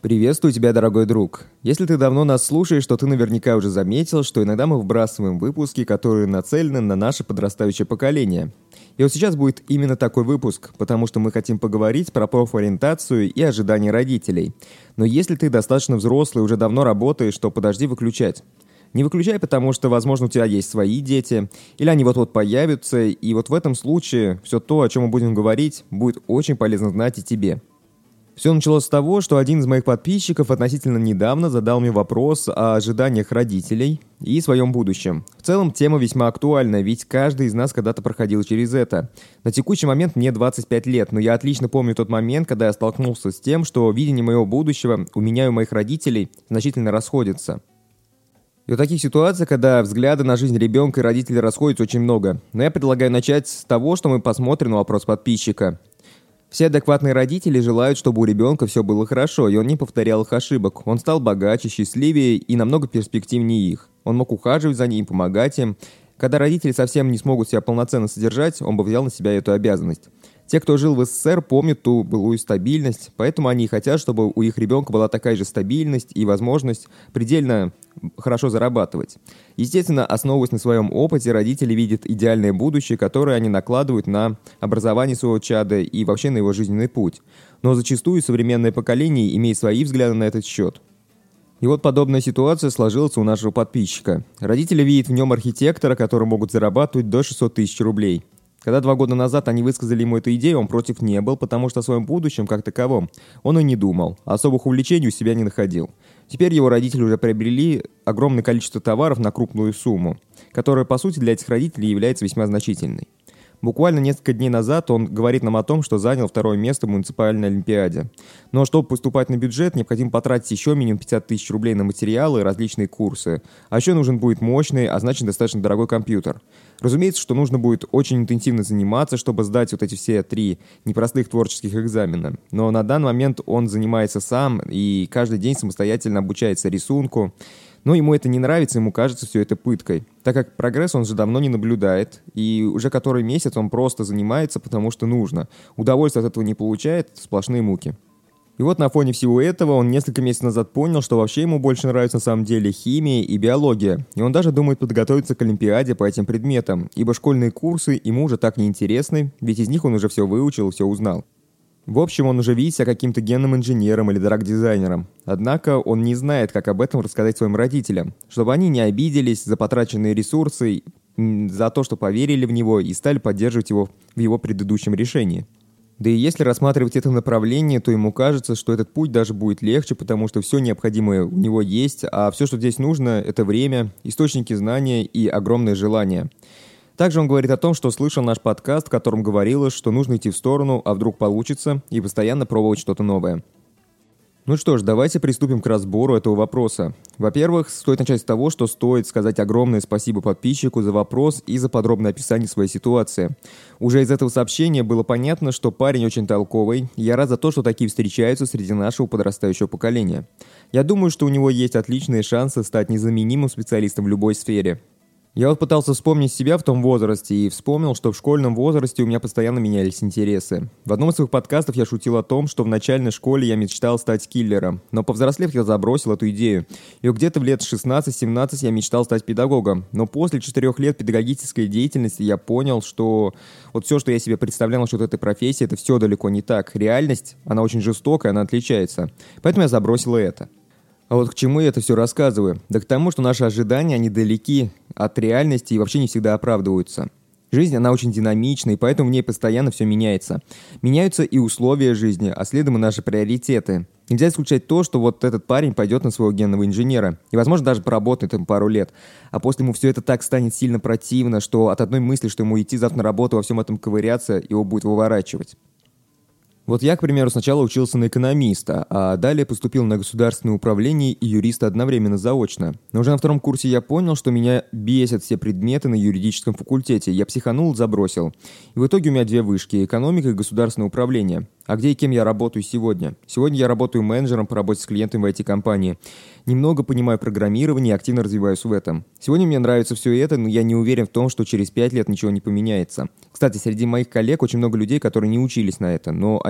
Приветствую тебя, дорогой друг. Если ты давно нас слушаешь, то ты наверняка уже заметил, что иногда мы вбрасываем выпуски, которые нацелены на наше подрастающее поколение. И вот сейчас будет именно такой выпуск, потому что мы хотим поговорить про профориентацию и ожидания родителей. Но если ты достаточно взрослый, уже давно работаешь, то подожди выключать. Не выключай, потому что, возможно, у тебя есть свои дети, или они вот-вот появятся, и вот в этом случае все то, о чем мы будем говорить, будет очень полезно знать и тебе. Все началось с того, что один из моих подписчиков относительно недавно задал мне вопрос о ожиданиях родителей и своем будущем. В целом, тема весьма актуальна, ведь каждый из нас когда-то проходил через это. На текущий момент мне 25 лет, но я отлично помню тот момент, когда я столкнулся с тем, что видение моего будущего у меня и у моих родителей значительно расходится. И в таких ситуациях, когда взгляды на жизнь ребенка и родителей расходятся, очень много. Но я предлагаю начать с того, что мы посмотрим на вопрос подписчика. Все адекватные родители желают, чтобы у ребенка все было хорошо, и он не повторял их ошибок. Он стал богаче, счастливее и намного перспективнее их. Он мог ухаживать за ним, помогать им. Когда родители совсем не смогут себя полноценно содержать, он бы взял на себя эту обязанность. Те, кто жил в СССР, помнят ту былую стабильность, поэтому они хотят, чтобы у их ребенка была такая же стабильность и возможность предельно хорошо зарабатывать. Естественно, основываясь на своем опыте, родители видят идеальное будущее, которое они накладывают на образование своего чада и вообще на его жизненный путь. Но зачастую современное поколение имеет свои взгляды на этот счет. И вот подобная ситуация сложилась у нашего подписчика. Родители видят в нем архитектора, который могут зарабатывать до 600 тысяч рублей. Когда 2 года назад они высказали ему эту идею, он против не был, потому что о своем будущем, как таковом, он и не думал, особых увлечений у себя не находил. Теперь его родители уже приобрели огромное количество товаров на крупную сумму, которая, по сути, для этих родителей является весьма значительной. Буквально несколько дней назад он говорит нам о том, что занял 2-е место в муниципальной олимпиаде. Но чтобы поступать на бюджет, необходимо потратить еще минимум 50 тысяч рублей на материалы и различные курсы. А еще нужен будет мощный, а значит достаточно дорогой компьютер. Разумеется, что нужно будет очень интенсивно заниматься, чтобы сдать вот эти все 3 непростых творческих экзамена. Но на данный момент он занимается сам и каждый день самостоятельно обучается рисунку. Но ему это не нравится, ему кажется все это пыткой. Так как прогресс он же давно не наблюдает, и уже который месяц он просто занимается, потому что нужно. Удовольствия от этого не получает, сплошные муки. И вот на фоне всего этого он несколько месяцев назад понял, что вообще ему больше нравится на самом деле химия и биология. И он даже думает подготовиться к олимпиаде по этим предметам, ибо школьные курсы ему уже так неинтересны, ведь из них он уже все выучил и все узнал. В общем, он уже видит себя каким-то генным инженером или драг-дизайнером. Однако он не знает, как об этом рассказать своим родителям, чтобы они не обиделись за потраченные ресурсы, за то, что поверили в него и стали поддерживать его в его предыдущем решении. Да и если рассматривать это направление, то ему кажется, что этот путь даже будет легче, потому что все необходимое у него есть, а все, что здесь нужно, это время, источники знания и огромное желание. Также он говорит о том, что слышал наш подкаст, в котором говорилось, что нужно идти в сторону, а вдруг получится, и постоянно пробовать что-то новое. Ну что ж, давайте приступим к разбору этого вопроса. Во-первых, стоит начать с того, что стоит сказать огромное спасибо подписчику за вопрос и за подробное описание своей ситуации. Уже из этого сообщения было понятно, что парень очень толковый, и я рад за то, что такие встречаются среди нашего подрастающего поколения. Я думаю, что у него есть отличные шансы стать незаменимым специалистом в любой сфере. Я вот пытался вспомнить себя в том возрасте и вспомнил, что в школьном возрасте у меня постоянно менялись интересы. В одном из своих подкастов я шутил о том, что в начальной школе я мечтал стать киллером, но повзрослев я забросил эту идею. И где-то в лет 16-17 я мечтал стать педагогом, но после 4 лет педагогической деятельности я понял, что вот все, что я себе представлял насчет этой профессии, это все далеко не так. Реальность, она очень жестокая, она отличается. Поэтому я забросил это. А вот к чему я это все рассказываю? Да к тому, что наши ожидания, они далеки от реальности и вообще не всегда оправдываются. Жизнь, она очень динамична, и поэтому в ней постоянно все меняется. Меняются и условия жизни, а следом и наши приоритеты. Нельзя исключать то, что вот этот парень пойдет на своего генного инженера, и, возможно, даже поработает им пару лет. А после ему все это так станет сильно противно, что от одной мысли, что ему идти завтра на работу, во всем этом ковыряться, его будет выворачивать. Вот я, к примеру, сначала учился на экономиста, а далее поступил на государственное управление и юриста одновременно заочно. Но уже на 2-м курсе я понял, что меня бесят все предметы на юридическом факультете. Я психанул, забросил. И в итоге у меня 2 вышки – экономика и государственное управление. А где и кем я работаю сегодня? Сегодня я работаю менеджером по работе с клиентами в IT-компании. Немного понимаю программирование и активно развиваюсь в этом. Сегодня мне нравится все это, но я не уверен в том, что через 5 лет ничего не поменяется. Кстати, среди моих коллег очень много людей, которые не учились на это, но они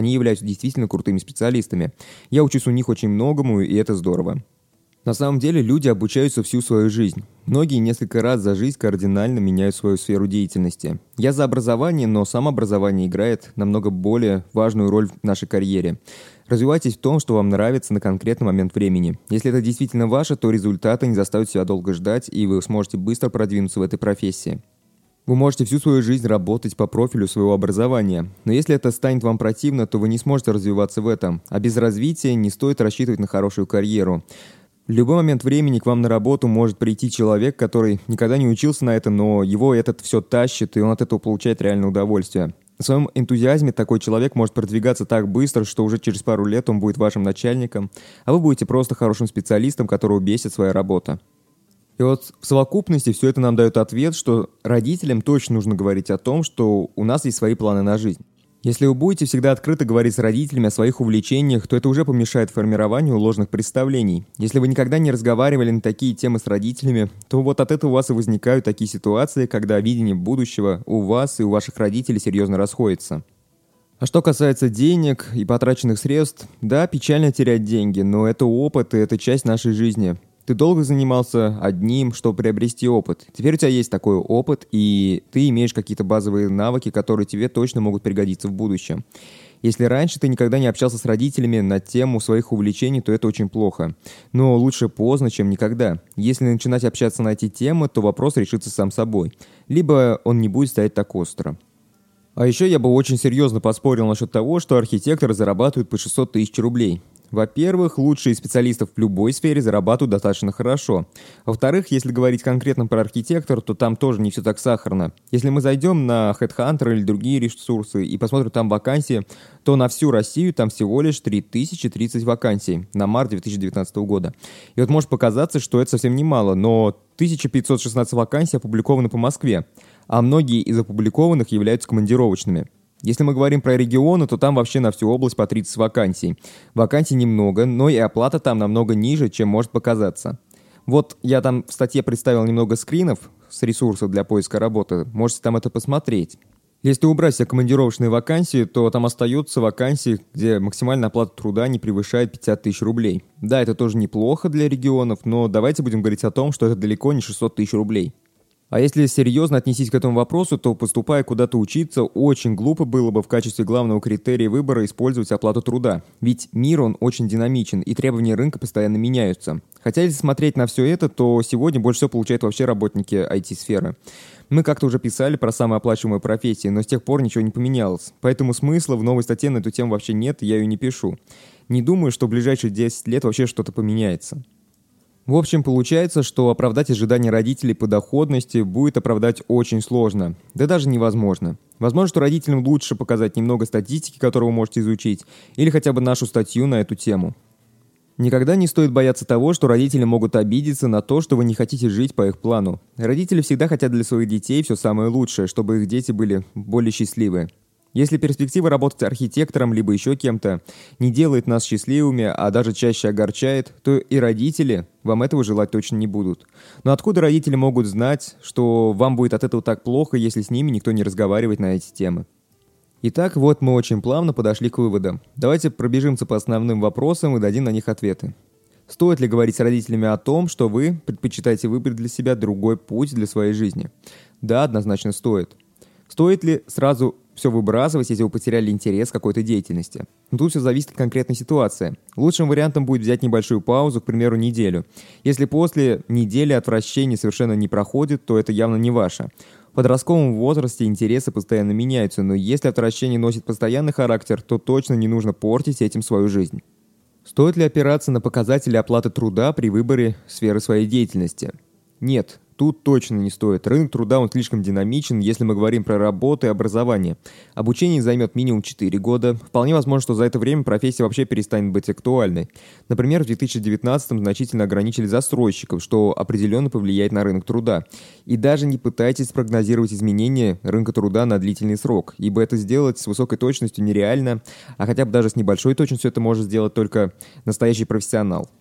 они являются действительно крутыми специалистами. Я учусь у них очень многому, и это здорово. На самом деле люди обучаются всю свою жизнь. Многие несколько раз за жизнь кардинально меняют свою сферу деятельности. Я за образование, но самообразование играет намного более важную роль в нашей карьере. Развивайтесь в том, что вам нравится на конкретный момент времени. Если это действительно ваше, то результаты не заставят себя долго ждать, и вы сможете быстро продвинуться в этой профессии. Вы можете всю свою жизнь работать по профилю своего образования, но если это станет вам противно, то вы не сможете развиваться в этом, а без развития не стоит рассчитывать на хорошую карьеру. В любой момент времени к вам на работу может прийти человек, который никогда не учился на этом, но его это все тащит, и он от этого получает реальное удовольствие. В своем энтузиазме такой человек может продвигаться так быстро, что уже через пару лет он будет вашим начальником, а вы будете просто хорошим специалистом, которого бесит своя работа. И вот в совокупности все это нам дает ответ, что родителям точно нужно говорить о том, что у нас есть свои планы на жизнь. Если вы будете всегда открыто говорить с родителями о своих увлечениях, то это уже помешает формированию ложных представлений. Если вы никогда не разговаривали на такие темы с родителями, то вот от этого у вас и возникают такие ситуации, когда видение будущего у вас и у ваших родителей серьезно расходится. А что касается денег и потраченных средств, да, печально терять деньги, но это опыт и это часть нашей жизни. Ты долго занимался одним, чтобы приобрести опыт. Теперь у тебя есть такой опыт, и ты имеешь какие-то базовые навыки, которые тебе точно могут пригодиться в будущем. Если раньше ты никогда не общался с родителями на тему своих увлечений, то это очень плохо. Но лучше поздно, чем никогда. Если начинать общаться на эти темы, то вопрос решится сам собой. Либо он не будет стоять так остро. А еще я бы очень серьезно поспорил насчет того, что архитекторы зарабатывают по 600 тысяч рублей. Во-первых, лучшие специалисты в любой сфере зарабатывают достаточно хорошо. Во-вторых, если говорить конкретно про архитектора, то там тоже не все так сахарно. Если мы зайдем на HeadHunter или другие ресурсы и посмотрим там вакансии, то на всю Россию там всего лишь 3030 вакансий на март 2019 года. И вот может показаться, что это совсем немало, но 1516 вакансий опубликованы по Москве, а многие из опубликованных являются командировочными. Если мы говорим про регионы, то там вообще на всю область по 30 вакансий. Вакансий немного, но и оплата там намного ниже, чем может показаться. Вот я там в статье представил немного скринов с ресурсов для поиска работы, можете там это посмотреть. Если убрать все командировочные вакансии, то там остаются вакансии, где максимальная оплата труда не превышает 50 тысяч рублей. Да, это тоже неплохо для регионов, но давайте будем говорить о том, что это далеко не 600 тысяч рублей. А если серьезно отнестись к этому вопросу, то, поступая куда-то учиться, очень глупо было бы в качестве главного критерия выбора использовать оплату труда. Ведь мир, он очень динамичен, и требования рынка постоянно меняются. Хотя, если смотреть на все это, то сегодня больше всего получают вообще работники IT-сферы. Мы как-то уже писали про самые оплачиваемые профессии, но с тех пор ничего не поменялось. Поэтому смысла в новой статье на эту тему вообще нет, и я ее не пишу. Не думаю, что в ближайшие 10 лет вообще что-то поменяется. В общем, получается, что оправдать ожидания родителей по доходности будет оправдать очень сложно, да даже невозможно. Возможно, что родителям лучше показать немного статистики, которую вы можете изучить, или хотя бы нашу статью на эту тему. Никогда не стоит бояться того, что родители могут обидеться на то, что вы не хотите жить по их плану. Родители всегда хотят для своих детей все самое лучшее, чтобы их дети были более счастливы. Если перспектива работать архитектором либо еще кем-то не делает нас счастливыми, а даже чаще огорчает, то и родители вам этого желать точно не будут. Но откуда родители могут знать, что вам будет от этого так плохо, если с ними никто не разговаривает на эти темы? Итак, вот мы очень плавно подошли к выводам. Давайте пробежимся по основным вопросам и дадим на них ответы. Стоит ли говорить с родителями о том, что вы предпочитаете выбрать для себя другой путь для своей жизни? Да, однозначно стоит. Стоит ли сразу все выбрасывать, если вы потеряли интерес к какой-то деятельности? Но тут все зависит от конкретной ситуации. Лучшим вариантом будет взять небольшую паузу, к примеру, неделю. Если после недели отвращения совершенно не проходит, то это явно не ваше. В подростковом возрасте интересы постоянно меняются, но если отвращение носит постоянный характер, то точно не нужно портить этим свою жизнь. Стоит ли опираться на показатели оплаты труда при выборе сферы своей деятельности? Нет. Тут точно не стоит. Рынок труда он слишком динамичен, если мы говорим про работу и образование. Обучение займет минимум 4 года. Вполне возможно, что за это время профессия вообще перестанет быть актуальной. Например, в 2019-м значительно ограничили застройщиков, что определенно повлияет на рынок труда. И даже не пытайтесь спрогнозировать изменения рынка труда на длительный срок, ибо это сделать с высокой точностью нереально, а хотя бы даже с небольшой точностью это может сделать только настоящий профессионал.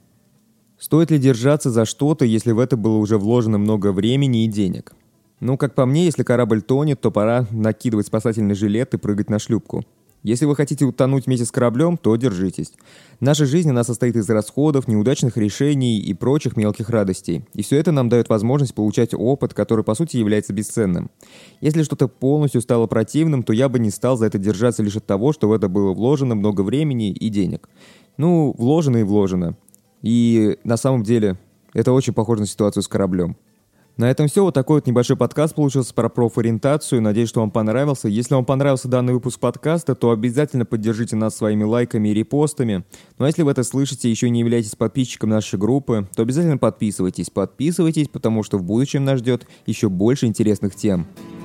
Стоит ли держаться за что-то, если в это было уже вложено много времени и денег? Ну, как по мне, если корабль тонет, то пора накидывать спасательный жилет и прыгать на шлюпку. Если вы хотите утонуть вместе с кораблем, то держитесь. Наша жизнь, она состоит из расходов, неудачных решений и прочих мелких радостей. И все это нам дает возможность получать опыт, который по сути является бесценным. Если что-то полностью стало противным, то я бы не стал за это держаться лишь от того, что в это было вложено много времени и денег. Вложено и вложено. И на самом деле это очень похоже на ситуацию с кораблем. На этом все. Вот такой вот небольшой подкаст получился про профориентацию. Надеюсь, что вам понравился. Если вам понравился данный выпуск подкаста, то обязательно поддержите нас своими лайками и репостами. Ну а если вы это слышите и еще не являетесь подписчиком нашей группы, то обязательно подписывайтесь. Подписывайтесь, потому что в будущем нас ждет еще больше интересных тем.